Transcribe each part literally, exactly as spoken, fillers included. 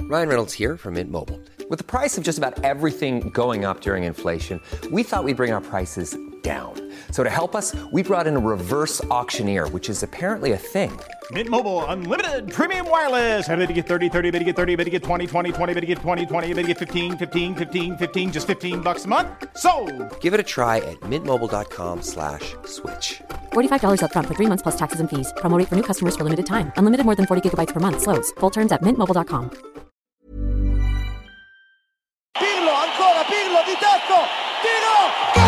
Ryan Reynolds here from Mint Mobile. With the price of just about everything going up during inflation, we thought we'd bring our prices down. So to help us, we brought in a reverse auctioneer, which is apparently a thing. Mint Mobile Unlimited Premium Wireless. How to get thirty, thirty, how to get thirty, how to get twenty, twenty, twenty, how to get twenty, twenty, how to get fifteen, fifteen, fifteen, fifteen, just fifteen bucks a month? Sold! Give it a try at mintmobile.com slash switch. forty-five dollars up front for three months plus taxes and fees. Promo rate for new customers for limited time. Unlimited more than forty gigabytes per month. Slows full terms at mint mobile dot com. Pirlo, ancora Pirlo di tacco, tiro!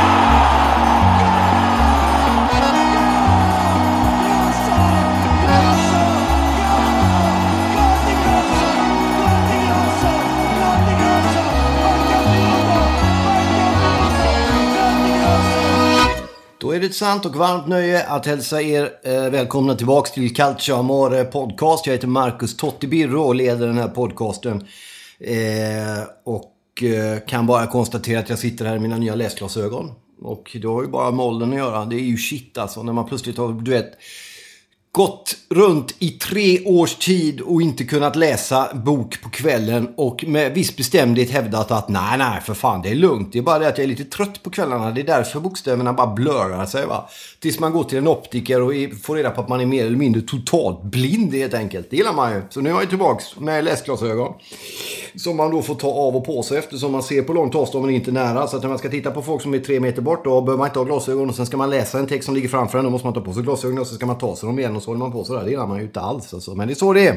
Då är det ett sant och varmt nöje att hälsa er eh, välkomna tillbaka till Calcio Amore podcast. Jag heter Marcus Totti Birro och leder den här podcasten. Eh, och eh, kan bara konstatera att jag sitter här i mina nya läsglasögon. Och det har ju bara mollen att göra. Det är ju shit alltså när man plötsligt har, du vet, gått runt i tre års tid och inte kunnat läsa bok på kvällen och med viss bestämdhet hävdat att nej, nej, för fan, det är lugnt. Det är bara det att jag är lite trött på kvällarna. Det är därför bokstäverna bara blurrar sig, va? Tills man går till en optiker och får reda på att man är mer eller mindre totalt blind helt enkelt. Det gillar man ju. Så nu är jag tillbaka med läsglasögon som man då får ta av och på sig eftersom man ser på långt avstånd men inte nära. Så att när man ska titta på folk som är tre meter bort då behöver man inte ha glasögon och sen ska man läsa en text som ligger framför en. Då måste man ta på sig glasögon och så ska man ta sig dem igen och så håller man på sådär. Det gillar man ju inte alls alltså. Men det är så det är.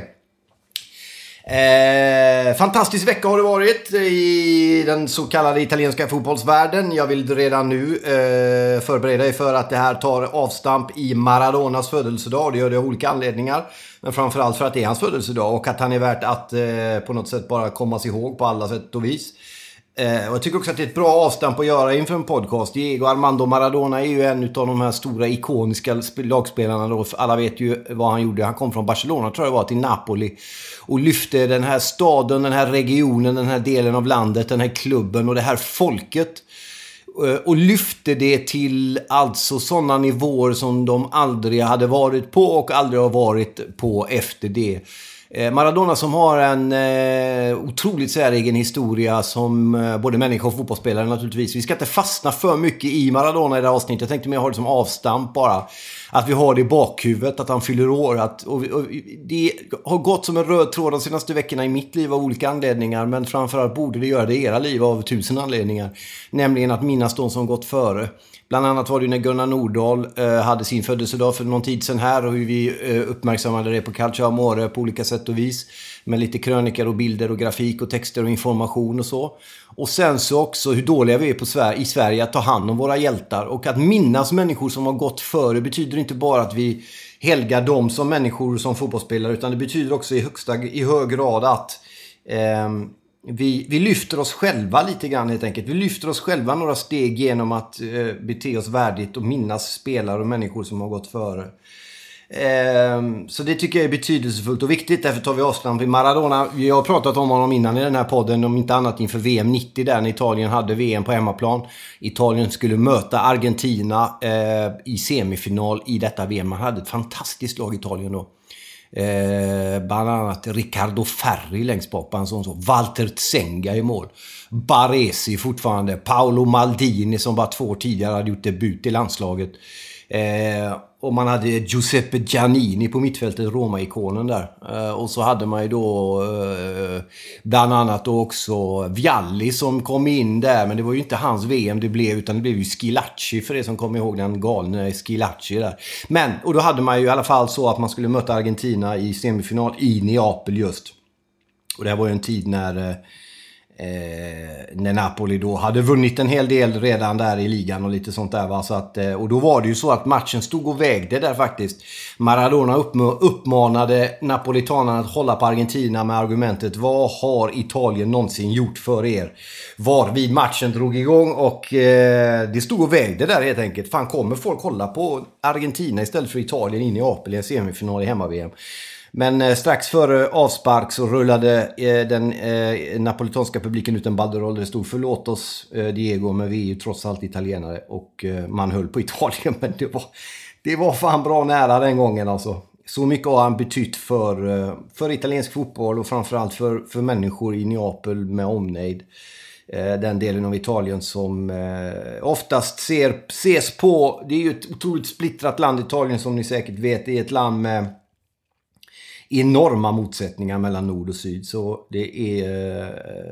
Eh, fantastisk vecka har det varit i den så kallade italienska fotbollsvärlden. Jag vill redan nu eh, förbereda dig för att det här tar avstamp i Maradonas födelsedag. Det gör det av olika anledningar. Men framförallt för att det är hans födelsedag och att han är värt att eh, på något sätt bara kommas ihåg på alla sätt och vis. Eh, och jag tycker också att det är ett bra avstamp att göra inför en podcast. Diego Armando Maradona är ju en av de här stora ikoniska lagspelarna då. Alla vet ju vad han gjorde. Han kom från Barcelona, tror jag var, till Napoli och lyfte den här staden, den här regionen, den här delen av landet, den här klubben och det här folket och lyfte det till alltså sådana nivåer som de aldrig hade varit på och aldrig har varit på efter det. Maradona som har en eh, otroligt säregen historia som eh, både människa och fotbollsspelare naturligtvis. Vi ska inte fastna för mycket i Maradona i det här avsnittet. Jag tänkte mer ha det som avstamp bara. Att vi har det i bakhuvudet, att han fyller år. Att, och, och, det har gått som en röd tråd de senaste veckorna i mitt liv av olika anledningar. Men framförallt borde det göra det i era liv av tusen anledningar. Nämligen att minnas de som gått före. Bland annat var det när Gunnar Nordahl eh, hade sin födelsedag för någon tid sedan här och hur vi eh, uppmärksammade det på Calcio Amore på olika sätt och vis med lite krönikor och bilder och grafik och texter och information och så. Och sen så också hur dåliga vi är på Sver- i Sverige att ta hand om våra hjältar och att minnas människor som har gått före betyder inte bara att vi helgar dem som människor som fotbollsspelare utan det betyder också i högsta i hög grad att eh, Vi, vi lyfter oss själva lite grann helt enkelt. Vi lyfter oss själva några steg genom att eh, bete oss värdigt och minnas spelare och människor som har gått före. Eh, så det tycker jag är betydelsefullt och viktigt. Därför tar vi avstamp i Maradona. Jag har pratat om honom innan i den här podden. Om inte annat inför V M nittio där när Italien hade V M på hemmaplan. Italien skulle möta Argentina eh, i semifinal i detta V M. Man hade ett fantastiskt lag Italien då. Eh, bland annat Riccardo Ferri längst bak på en sån så. Walter Tsenga i mål. Baresi fortfarande. Paolo Maldini som bara två år tidigare hade gjort debut i landslaget. Eh, och man hade Giuseppe Giannini på mittfältet, Roma-ikonen där. Eh, och så hade man ju då eh, bland annat då också Vialli som kom in där. Men det var ju inte hans V M det blev utan det blev ju Schilacci för det som kommer ihåg den galne Schilacci där. Men, och då hade man ju i alla fall så att man skulle möta Argentina i semifinal i Neapel just. Och det här var ju en tid när... Eh, Eh, när Napoli då hade vunnit en hel del redan där i ligan och lite sånt där va? Så att, eh, och då var det ju så att matchen stod och vägde där faktiskt. Maradona uppm- uppmanade napolitanerna att hålla på Argentina med argumentet: vad har Italien någonsin gjort för er? Var vid matchen drog igång och eh, det stod och vägde där helt enkelt. Fan, kommer folk hålla på Argentina istället för Italien in i Neapel i en semifinal i hemma-V M? Men eh, strax före avspark så rullade eh, den eh, napolitanska publiken ut en banderoll där det stod: förlåt oss eh, Diego, men vi är ju trots allt italienare. Och eh, man höll på Italien, men det var, det var fan bra nära den gången alltså. Så mycket har han betytt för, för italiensk fotboll och framförallt för, för människor i Neapel med omnejd. Den delen av Italien som oftast ser, ses på, det är ju ett otroligt splittrat land Italien som ni säkert vet, det är ett land med enorma motsättningar mellan nord och syd, så det är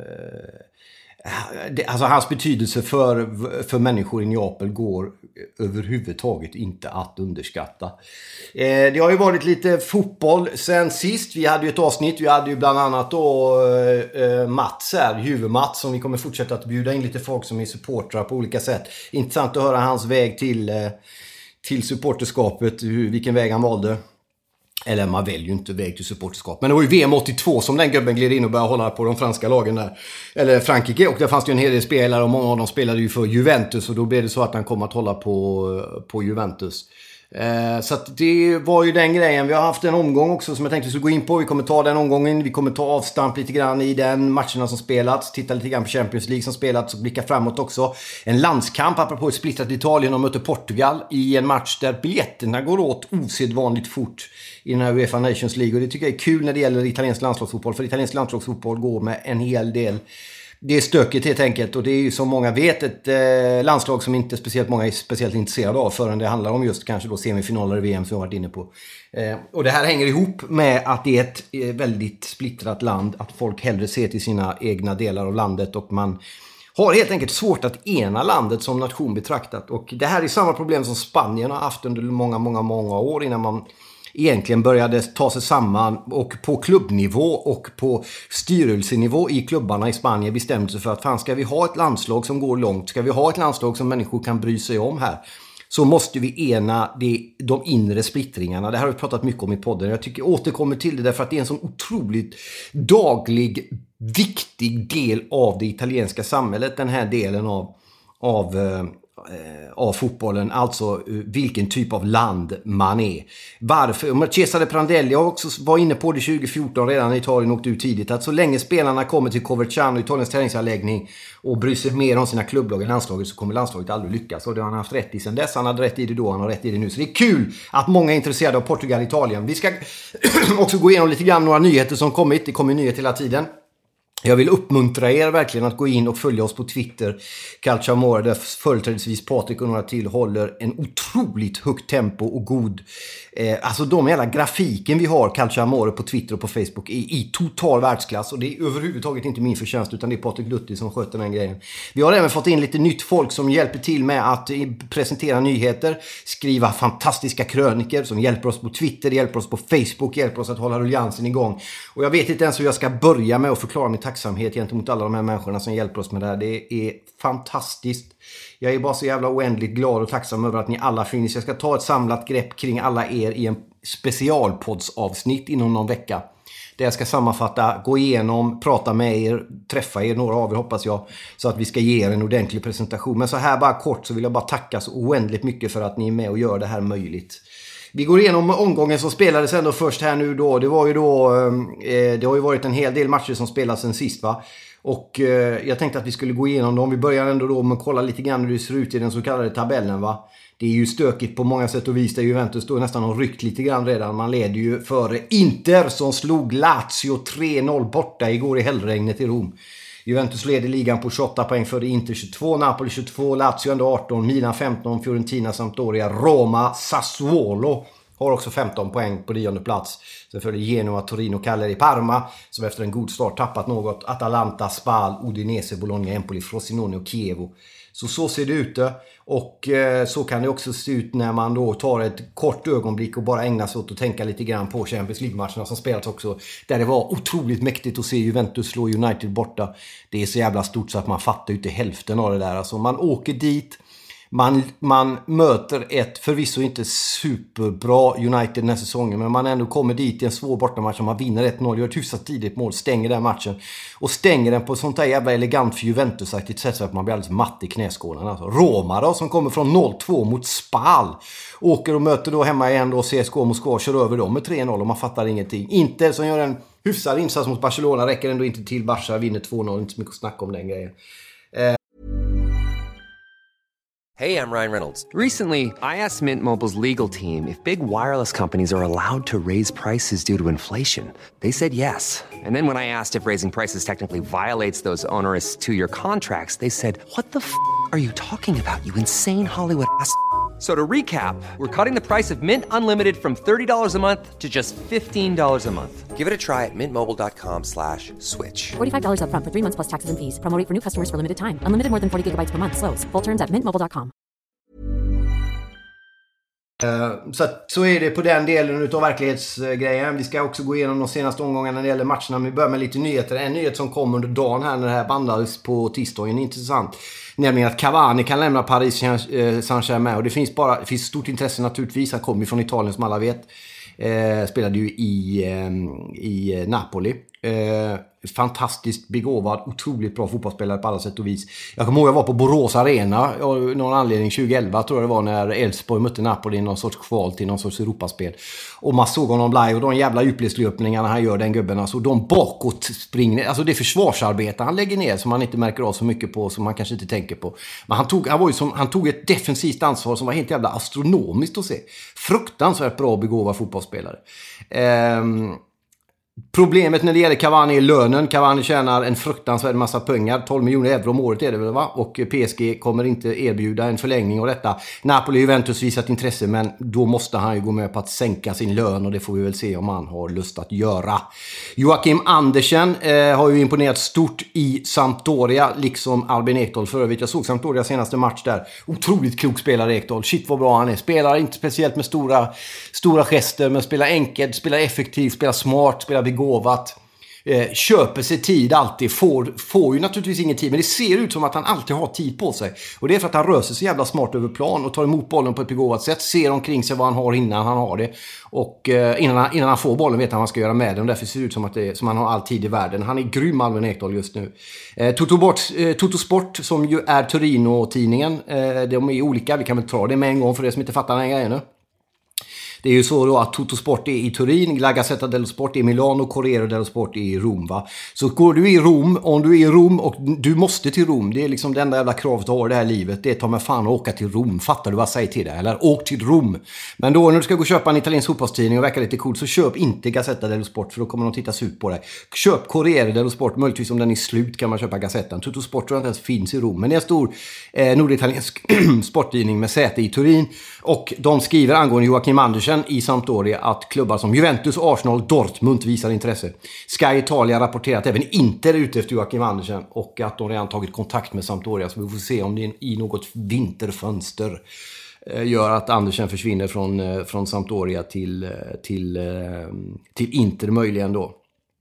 det, alltså hans betydelse för, för människor i Neapel går överhuvudtaget inte att underskatta. Eh, det har ju varit lite fotboll sen sist. Vi hade ju ett avsnitt, vi hade ju bland annat då eh, Mats här, huvudmats, som vi kommer fortsätta att bjuda in lite folk som är supportrar på olika sätt. Intressant att höra hans väg till, eh, till supporterskapet, hur, vilken väg han valde. Eller man väljer ju inte väg till supporterskap. Men det var ju V M åttiotvå som den gubben gled in och började hålla på de franska lagen där. Eller Frankrike. Och där fanns det ju en hel del spelare och många av dem spelade ju för Juventus. Och då blev det så att han kom att hålla på, på Juventus. Eh, så att det var ju den grejen. Vi har haft en omgång också som jag tänkte vi skulle gå in på. Vi kommer ta den omgången. Vi kommer ta avstamp lite grann i den matcherna som spelats. Titta lite grann på Champions League som spelats och blicka framåt också. En landskamp apropå ett splittrat Italien och möter Portugal i en match där biljetterna går åt osedvanligt fort i den här UEFA Nations League. Och det tycker jag är kul när det gäller italiensk landslagsfotboll. För italiensk landslagsfotboll går med en hel del. Det är stökigt helt enkelt, och det är ju som många vet ett eh, landslag som inte speciellt många är speciellt intresserade av förrän det handlar om just kanske då semifinaler i V M som jag har varit inne på. Eh, och det här hänger ihop med att det är ett eh, väldigt splittrat land, att folk hellre ser till sina egna delar av landet och man har helt enkelt svårt att ena landet som nation betraktat. Och det här är samma problem som Spanien har haft under många, många, många år innan man egentligen började ta sig samman och på klubbnivå och på styrelsenivå i klubbarna i Spanien bestämde sig för att fan, ska vi ha ett landslag som går långt, ska vi ha ett landslag som människor kan bry sig om här, så måste vi ena det, de inre splittringarna. Det här har vi pratat mycket om i podden. Jag tycker jag återkommer till det därför att det är en sån otroligt daglig, viktig del av det italienska samhället, den här delen av, av av fotbollen, alltså vilken typ av land man är. Varför? Cesare Prandelli har också var inne på det tjugo fjorton redan när Italien åkte ut tidigt, att så länge spelarna kommer till Coverciano, Italiens träningsanläggning, och bryr sig mer om sina klubblag än landslaget, så kommer landslaget aldrig lyckas. Och det har han haft rätt i sen dess. Han hade rätt i det då, han har rätt i det nu. Så det är kul att många är intresserade av Portugal och Italien. Vi ska också gå igenom lite grann några nyheter som kommit. Det kommer nyheter hela tiden. Jag vill uppmuntra er verkligen att gå in och följa oss på Twitter, Calcio Amore, där företrädesvis Patrik och några till håller en otroligt högt tempo och god. Eh, alltså de hela grafiken vi har, Calcio Amore, på Twitter och på Facebook är i total världsklass. Och det är överhuvudtaget inte min förtjänst, utan det är Patrik Lutti som sköter den grejen. Vi har även fått in lite nytt folk som hjälper till med att presentera nyheter, skriva fantastiska kröniker, som hjälper oss på Twitter, hjälper oss på Facebook, hjälper oss att hålla ruljansen igång. Och jag vet inte ens hur jag ska börja med att förklara mitt tacksamhet gentemot alla de här människorna som hjälper oss med det här. Det är fantastiskt. Jag är bara så jävla oändligt glad och tacksam över att ni alla finns. Jag ska ta ett samlat grepp kring alla er i en specialpoddsavsnitt inom någon vecka. Där jag ska sammanfatta, gå igenom, prata med er, träffa er, några av er hoppas jag, så att vi ska ge er en ordentlig presentation. Men så här bara kort så vill jag bara tacka så oändligt mycket för att ni är med och gör det här möjligt. Vi går igenom omgången som spelades ändå först här nu då. Det var ju då, eh, det har ju varit en hel del matcher som spelats sen sist, va? Och eh, jag tänkte att vi skulle gå igenom dem. Vi börjar ändå då med att kolla lite grann hur det ser ut i den så kallade tabellen, va? Det är ju stökigt på många sätt och vis där Juventus då nästan har ryckt lite grann redan. Man leder ju före Inter som slog Lazio tre noll borta igår i hällregnet i Rom. Juventus leder ligan på tjugoåtta poäng före Inter tjugotvå, Napoli tjugotvå, Lazio ändå arton, Milan femton, Fiorentina, Sampdoria, Roma, Sassuolo har också femton poäng på nionde plats. Sen följer Genoa, Torino, Cagliari, Parma som efter en god start tappat något. Atalanta, Spal, Udinese, Bologna, Empoli, Frosinone och Chievo. Så så ser det ut, och eh, så kan det också se ut när man då tar ett kort ögonblick och bara ägnar sig åt att tänka lite grann på Champions League-matcherna som spelats också. Där det var otroligt mäktigt att se Juventus slå United borta. Det är så jävla stort så att man fattar inte hälften av det där. Alltså man åker dit. Man, man möter ett förvisso inte superbra United den här säsongen, men man ändå kommer dit i en svår bortamatch och man vinner ett noll, gör ett hyfsat tidigt mål, stänger den matchen och stänger den på sånt där jävla elegant för Juventus-aktigt sätt så att man blir alldeles matt i knäskålen. Alltså Roma då, som kommer från noll två mot Spal, åker och möter då hemma igen då C S K A Moskva, kör över dem med tre noll och man fattar ingenting. Inter som gör en hyfsad insats mot Barcelona räcker ändå inte till. Barca vinner två noll, inte så mycket att snacka om den grejen. Hey, I'm Ryan Reynolds. Recently, I asked Mint Mobile's legal team if big wireless companies are allowed to raise prices due to inflation. They said yes. And then when I asked if raising prices technically violates those onerous two-year contracts, they said, what the f*** are you talking about, you insane Hollywood ass f- So to recap, we're cutting the price of Mint Unlimited from thirty dollars a month to just fifteen dollars a month. Give it a try at mintmobile.com slash switch. forty-five dollars up front for three months plus taxes and fees. Promo rate for new customers for limited time. Unlimited more than forty gigabytes per month. Slows full terms at mint mobile dot com. Uh, så, att, så är det på den delen utav verklighetsgrejen. Vi ska också gå igenom de senaste omgångarna när det gäller matcherna. Men vi börjar med lite nyheter. En nyhet som kom under dagen här när det här bandades på tisdagen. Intressant. Nämligen att Cavani kan lämna Paris Saint-Germain. Och det finns, bara, det finns stort intresse naturligtvis. Han kommer ju från Italien som alla vet. Eh, spelade ju i, eh, i Napoli. Eh, fantastiskt begåvad, otroligt bra fotbollsspelare på alla sätt och vis. Jag kommer ihåg jag var på Borås Arena av någon anledning tjugoelva tror jag det var när Elfsborg mötte Napoli i någon sorts kval till någon sorts Europaspel. Och man såg honom live och de jävla djupledslöpningarna han gör den gubben. Alltså de bakåt springer, alltså det är försvarsarbete han lägger ner som man inte märker av så mycket på som man kanske inte tänker på. Men han tog, han var ju som, han tog ett defensivt ansvar som var helt jävla astronomiskt att se. Fruktansvärt bra begåvad fotbollsspelare. Ehm... Problemet när det gäller Cavani är lönen. Cavani tjänar en fruktansvärd massa pengar. tolv miljoner euro om året är det väl va? Och P S G kommer inte erbjuda en förlängning av detta. Napoli och Juventus visat intresse men då måste han ju gå med på att sänka sin lön och det får vi väl se om han har lust att göra. Joakim Andersen eh, har ju imponerat stort i Sampdoria liksom Albin Ekdal för övrigt. Jag såg Sampdoria senaste match där. Otroligt klok spelare Ekdal. Shit vad bra han är. Spelar inte speciellt med stora, stora gester men spelar enkelt, spelar effektivt, spelar smart, spelar begåvat, eh, köper sig tid alltid, får, får ju naturligtvis ingen tid men det ser ut som att han alltid har tid på sig och det är för att han rör sig så jävla smart över plan och tar emot bollen på ett begåvat sätt, ser omkring sig vad han har innan han har det och eh, innan, han, innan han får bollen vet han vad han ska göra med den och därför ser det ut som att det, som han har all tid i världen. Han är grym Albin Ekdal just nu. Eh, Toto, Bort, eh, Toto Sport som ju är Torino-tidningen, eh, de är olika, vi kan väl ta det med en gång för det som inte fattar den grejen nu. Det är ju så då att Toto Sport är i Turin, La Gazzetta dello Sport är i Milano, Corriere dello Sport är i Rom va. Så går du i Rom, om du är i Rom och du måste till Rom, det är liksom det enda jävla kravet du har i det här livet, det är att ta med fan och åka till Rom. Fattar du vad jag säger till dig? Eller åk till Rom. Men då när du ska gå och köpa en italiensk fotbollstidning och verka lite cool så köp inte Gazzetta dello Sport för då kommer de titta ut på dig. Köp Corriere dello Sport, möjligtvis om den är slut kan man köpa Gazettan. Toto Sport tror jag inte ens finns i Rom, men det är en stor eh, norditaliensk sporttidning med säte i Turin och de skriver angående Joakim Andersen i Sampdoria att klubbar som Juventus, Arsenal, Dortmund visar intresse. Sky Italia rapporterar att även Inter är ute efter Joakim Andersen och att de redan tagit kontakt med Sampdoria så vi får se om det i något vinterfönster gör att Andersen försvinner från, från Sampdoria till, till, till Inter möjligen då.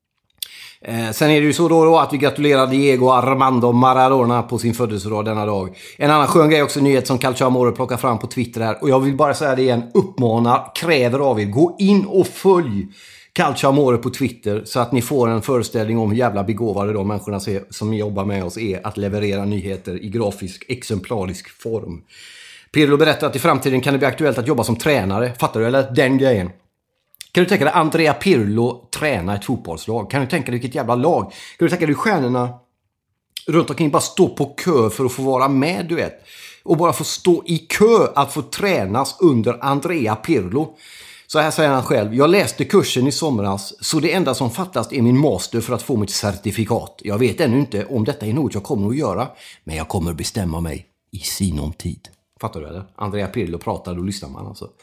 Eh, sen är det ju så då, då att vi gratulerar Diego Armando Maradona på sin födelsedag denna dag. En annan skön grej också, nyhet som Calcio Amore plockar fram på Twitter här. Och jag vill bara säga det igen, uppmanar, kräver av er, gå in och följ Calcio Amore på Twitter så att ni får en föreställning om hur jävla begåvade de människorna som jobbar med oss är att leverera nyheter i grafisk, exemplarisk form. Pirlo berättar att i framtiden kan det bli aktuellt att jobba som tränare. Fattar du? Eller den grejen. Kan du tänka dig Andrea Pirlo träna ett fotbollslag? Kan du tänka dig vilket jävla lag? Kan du tänka dig stjärnorna runt omkring bara stå på kö för att få vara med, du vet? Och bara få stå i kö att få tränas under Andrea Pirlo. Så här säger han själv. Jag läste kursen i somras så det enda som fattas är min master för att få mitt certifikat. Jag vet ännu inte om detta är något jag kommer att göra. Men jag kommer bestämma mig i sinom tid. Fattar du eller? Andrea Pirlo pratar och lyssnar man alltså.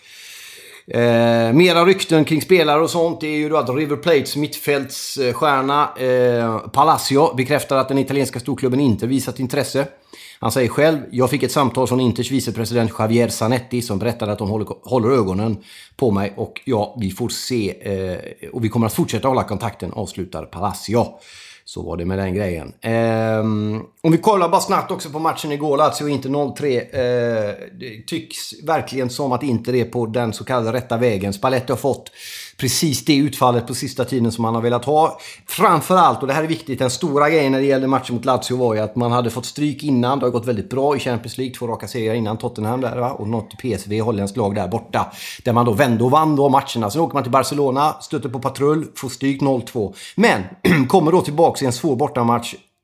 Eh, mera rykten kring spelare och sånt. Det är ju då att River Plates mittfältsstjärna eh, Palacio bekräftar att den italienska storklubben inte visat intresse. Han säger själv, jag fick ett samtal från Inters vicepresident Javier Zanetti som berättade att de håller, håller ögonen på mig och ja, vi får se eh, och vi kommer att fortsätta hålla kontakten, avslutar Palacio. Så var det med den grejen. Um, om vi kollar bara snabbt också på matchen igår, Lazio Inter noll tre. Uh, det tycks verkligen som att Inter är på den så kallade rätta vägen. Spalletti har fått precis det utfallet på sista tiden som man har velat ha. Framförallt, och det här är viktigt, den stora grejen när det gäller matchen mot Lazio var ju att man hade fått stryk innan. Det har gått väldigt bra i Champions League, två raka serier innan Tottenham där, va? Och något P S V, holländsk lag där borta. Där man då vände och vann då matcherna. Sen åker man till Barcelona, stöter på patrull, får stryk noll två. Men kommer då tillbaka i en svår bortamatch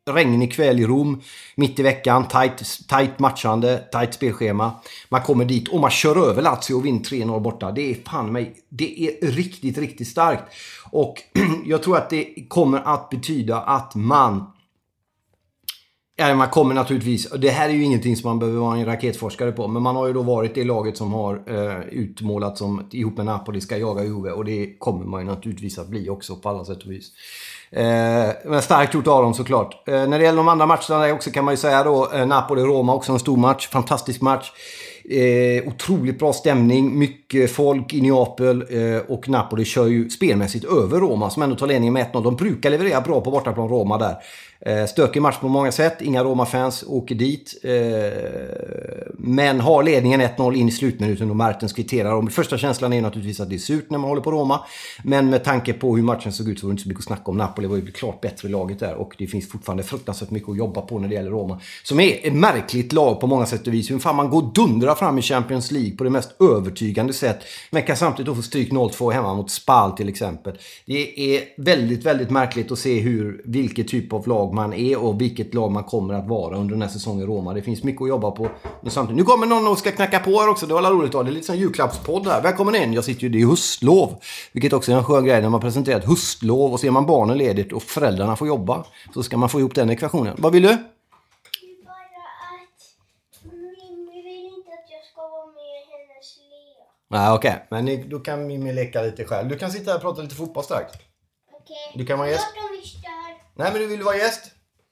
regnig kväll i Rom mitt i veckan, tight, tight matchande, tight spelschema. Man kommer dit och man kör över Lazio och vinner tre noll borta. Det är fan mig, det är riktigt, riktigt starkt. Och jag tror att det kommer att betyda att man Ja, man kommer naturligtvis, det här är ju ingenting som man behöver vara en raketforskare på, men man har ju då varit det laget som har eh, utmålat som ihop med Napoli ska jaga Juve, och det kommer man ju naturligtvis att bli också på alla sätt och vis. Eh, men starkt gjort av dem såklart. Eh, när det gäller de andra matcherna också kan man ju säga då, eh, Napoli-Roma också en stor match, fantastisk match. Eh, otroligt bra stämning, mycket folk i Neapel, eh, och Napoli kör ju spelmässigt över Roma som ändå tar ledningen med ett noll. De brukar leverera bra på bortaplan Roma där. Eh, stökig match på många sätt, inga Roma-fans åker dit, eh, men har ledningen ett noll in i slutminuten och Mertens kvitterar. Och första känslan är naturligtvis att det är surt när man håller på Roma, men med tanke på hur matchen såg ut så var det inte så mycket att snacka om. Napoli var ju klart bättre laget där, och det finns fortfarande fruktansvärt mycket att jobba på när det gäller Roma, som är ett märkligt lag på många sätt och vis. Hur fan man går dundra fram i Champions League på det mest övertygande sätt, men kan samtidigt då få stryk noll två hemma mot Spal till exempel. Det är väldigt, väldigt märkligt att se hur, vilket typ av lag man är och vilket lag man kommer att vara under den här säsongen i Roma. Det finns mycket att jobba på. Men samtidigt, nu kommer någon och ska knacka på här också. Det var alla roligt. Det är lite som julklappspodd här. Välkommen in. Jag sitter ju, det är höstlov. Vilket också är en skön grej när man presenterar ett höstlov och ser man barnen ledigt och föräldrarna får jobba. Så ska man få ihop den ekvationen. Vad vill du? Bara att Mimmi vill inte att jag ska vara med i hennes lek. Nej, okej. Okay. Men ni, då kan Mimmi leka lite själv. Du kan sitta här och prata lite fotboll strax. Okej. Okay. Du kan vara gäst. Jag de stör. Nej, men du vill vara gäst.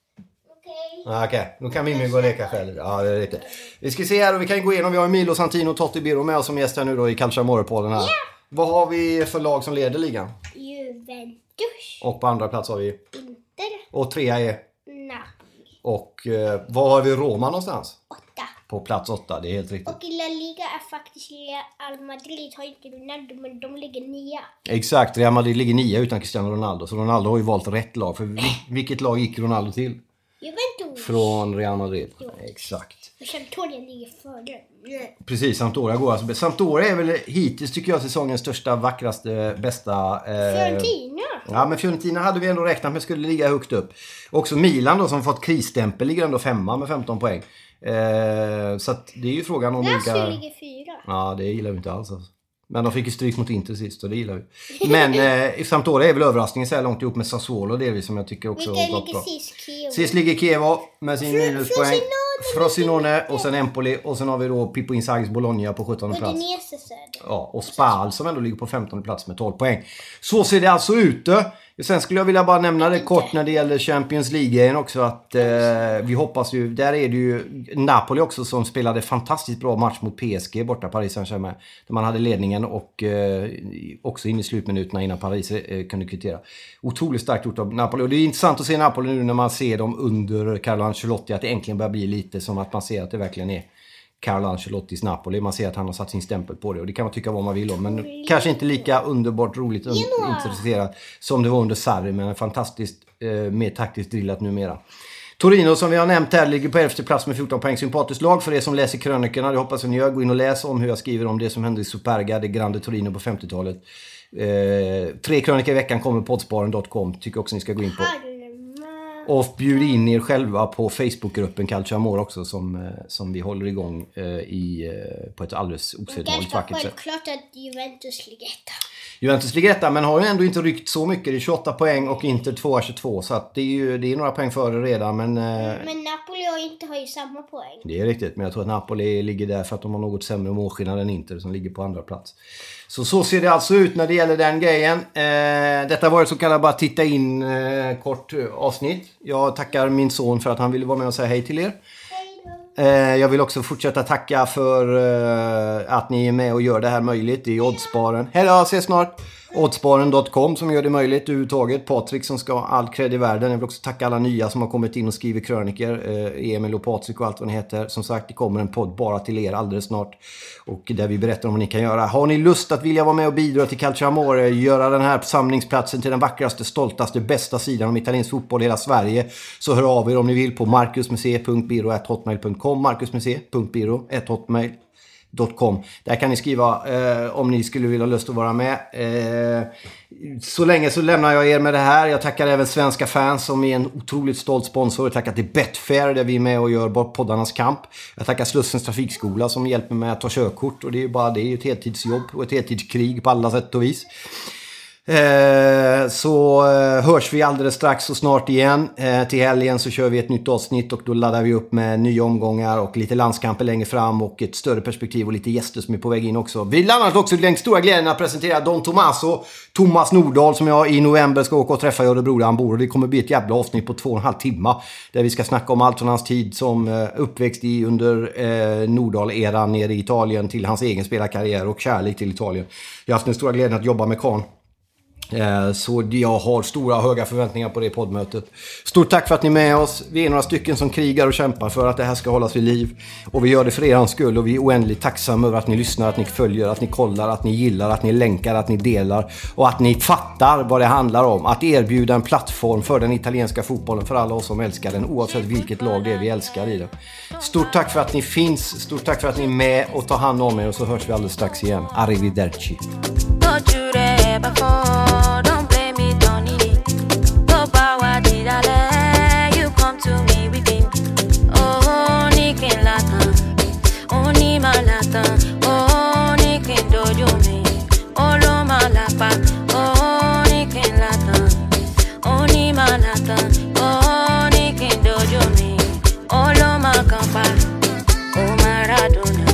Okej. Okay. Okej, okay. Då kan Mimmi gå och leka själv. Ja, det är riktigt. Vi ska se här och vi kan gå igenom. Vi har Milo Santino och Totti Biro med oss som gäst här nu då i Calciamore-podden här. Yeah. Vad har vi för lag som leder ligan? Juventus. Och på andra plats har vi? Inter. Och trea är? Napoli. Och eh, var har vi Roma någonstans? Åtta. På plats åtta, det är helt riktigt. Och i La Liga är faktiskt Real Madrid har inte Ronaldo, men de ligger nia. Exakt, Real Madrid ligger nia utan Cristiano Ronaldo. Så Ronaldo har ju valt rätt lag. För vilket lag gick Ronaldo till? Juventus. Från Real Madrid. Jo. Exakt. Och Sampdoria ligger före. Precis, Sampdoria går alltså. Sampdoria är väl hittills tycker jag säsongens största, vackraste, bästa... Eh... Fiorentina. Ja, men Fiorentina hade vi ändå räknat med skulle ligga högt upp. Också Milan då som fått krisstämpel ligger ändå femma med femton poäng. Eh, så att det är ju frågan om Lazio vilka... ligger fyra. Ja, det gillar vi inte alls alltså. Men de fick ju stryk mot Inter sist och det gillar vi. Men eh, Sampdoria är väl överraskningen så här långt ihop med Sassuolo. Det är vi som jag tycker också vilka har gått ligger bra. sist? Kiev. Sist ligger Kiev med sin Fr- minuspoäng. Frosinone, Frosinone och sen Empoli. Och sen har vi då Pippo Inzaghi's Bologna på sjuttonde plats. Udinese är det. Ja, och Spal som ändå ligger på femtonde plats med tolv poäng. Så ser det alltså ut. Sen skulle jag vilja bara nämna det kort när det gäller Champions League också att eh, vi hoppas ju, där är det ju Napoli också som spelade fantastiskt bra match mot P S G borta Paris Saint-Germain. Där man hade ledningen och eh, också in i slutminuterna innan Paris eh, kunde kvittera. Otroligt starkt gjort av Napoli och det är intressant att se Napoli nu när man ser dem under Carlo Ancelotti att det äntligen börjar bli lite som att man ser att det verkligen är Carlo Ancelottis Napoli. Man ser att han har satt sin stämpel på det och det kan man tycka vad man vill om. Men kanske inte lika underbart roligt och intresserat som det var under Sarri, men fantastiskt eh, mer taktiskt drillat numera. Torino som vi har nämnt här ligger på elfte plats med fjorton poäng, sympatiskt lag för er som läser krönikerna. Det hoppas jag ni gör. Gå in och läs om hur jag skriver om det som hände i Superga, det Grande Torino på femtiotalet. Eh, tre krönikor i veckan kommer på oddsbaren punkt com. Tycker också ni ska gå in på. Och bjud in er själva på Facebookgruppen Calciamore också som, som vi håller igång eh, i, eh, på ett alldeles osedvanligt vackert sätt. Självklart att Juventus ligger etta. Juventus ligger etta men har ju ändå inte ryckt så mycket. Det är tjugoåtta poäng och Inter två tjugotvå så att det är ju det är några poäng före redan. Men, eh, men Napoli och Inter har ju samma poäng. Det är riktigt, men jag tror att Napoli ligger där för att de har något sämre målskillnad än Inter som ligger på andra plats. Så så ser det alltså ut när det gäller den grejen. Eh, detta var ett så kallat bara titta in eh, kort avsnitt. Jag tackar min son för att han ville vara med och säga hej till er. Eh, jag vill också fortsätta tacka för eh, att ni är med och gör det här möjligt i Oddsbaren. Hej då, ses snart! oddsbaren punkt com som gör det möjligt överhuvudtaget. Patrik som ska ha all cred i världen. Jag vill också tacka alla nya som har kommit in och skriver kröniker. Eh, Emil och Patrik och allt vad ni heter. Som sagt, det kommer en podd bara till er alldeles snart. Och där vi berättar om vad ni kan göra. Har ni lust att vilja vara med och bidra till Calciamore, göra den här samlingsplatsen till den vackraste, stoltaste, bästa sidan om italiensk fotboll i hela Sverige, så hör av er om ni vill på marcusmusee punkt biro at hotmail punkt com marcusmusee punkt biro at hotmail dot com. Där kan ni skriva eh, om ni skulle vilja ha lust att vara med. Eh, så länge så lämnar jag er med det här. Jag tackar även Svenska Fans som är en otroligt stolt sponsor. Jag tackar till Betfair där vi är med och gör bort poddarnas kamp. Jag tackar Slussens trafikskola som hjälper mig att ta körkort. Och det är ju bara det, är ett heltidsjobb och ett heltidskrig på alla sätt och vis. Eh, så eh, hörs vi alldeles strax och snart igen. eh, Till helgen så kör vi ett nytt avsnitt och då laddar vi upp med nya omgångar och lite landskamper längre fram och ett större perspektiv och lite gäster som är på väg in också. Vi landar också den stora glädjen att presentera Don Tomaso, Thomas Nordahl, som jag i november ska åka och träffa i Örebro där han bor. Och det kommer bli ett jävla avsnitt på två och en halv timme där vi ska snacka om allt från hans tid som eh, uppväxt i under eh, Nordahl-eran nere i Italien till hans egen spelarkarriär och kärlek till Italien. Jag har haft den stora glädjen att jobba med Kahn. Så jag har stora höga förväntningar på det poddmötet. Stort tack för att ni är med oss. Vi är några stycken som krigar och kämpar för att det här ska hållas vid liv. Och vi gör det för er skull. Och vi är oändligt tacksamma över att ni lyssnar, att ni följer, att ni kollar, att ni gillar, att ni länkar, att ni delar. Och att ni fattar vad det handlar om. Att erbjuda en plattform för den italienska fotbollen för alla oss som älskar den. Oavsett vilket lag det är vi älskar i den. Stort tack för att ni finns. Stort tack för att ni är med och tar hand om er. Och så hörs vi alldeles strax igen. Arrivederci. Don't blame me, don't need it. No power did I let you come to me with it. Oh, Nikin Latan, oh, Nima Latan, oh, Nikin Dojo me, oh, Loma Lapa, oh, Nikin Latan, oh, Nima Latan, oh, Nikin Dojo me, oh, Loma Kampa, oh, Maradona,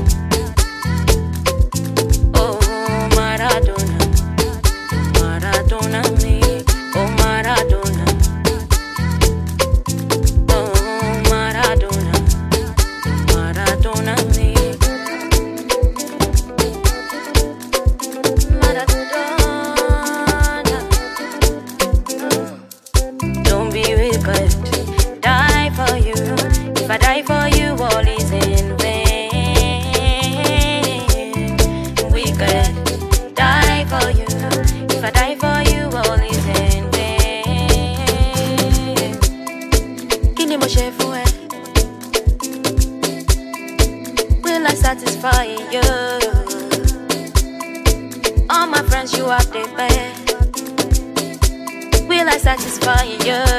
oh, Maradona. Maradona me, oh Maradona, oh Maradona, Maradona me, Maradona. Don't be wicked, die for you. If I die for you, all is in vain. Wicked, die for you. If I die for you, all is in vain. Kini mo ṣe fún ẹ? Will I satisfy you? All my friends, you are the best. Will I satisfy you?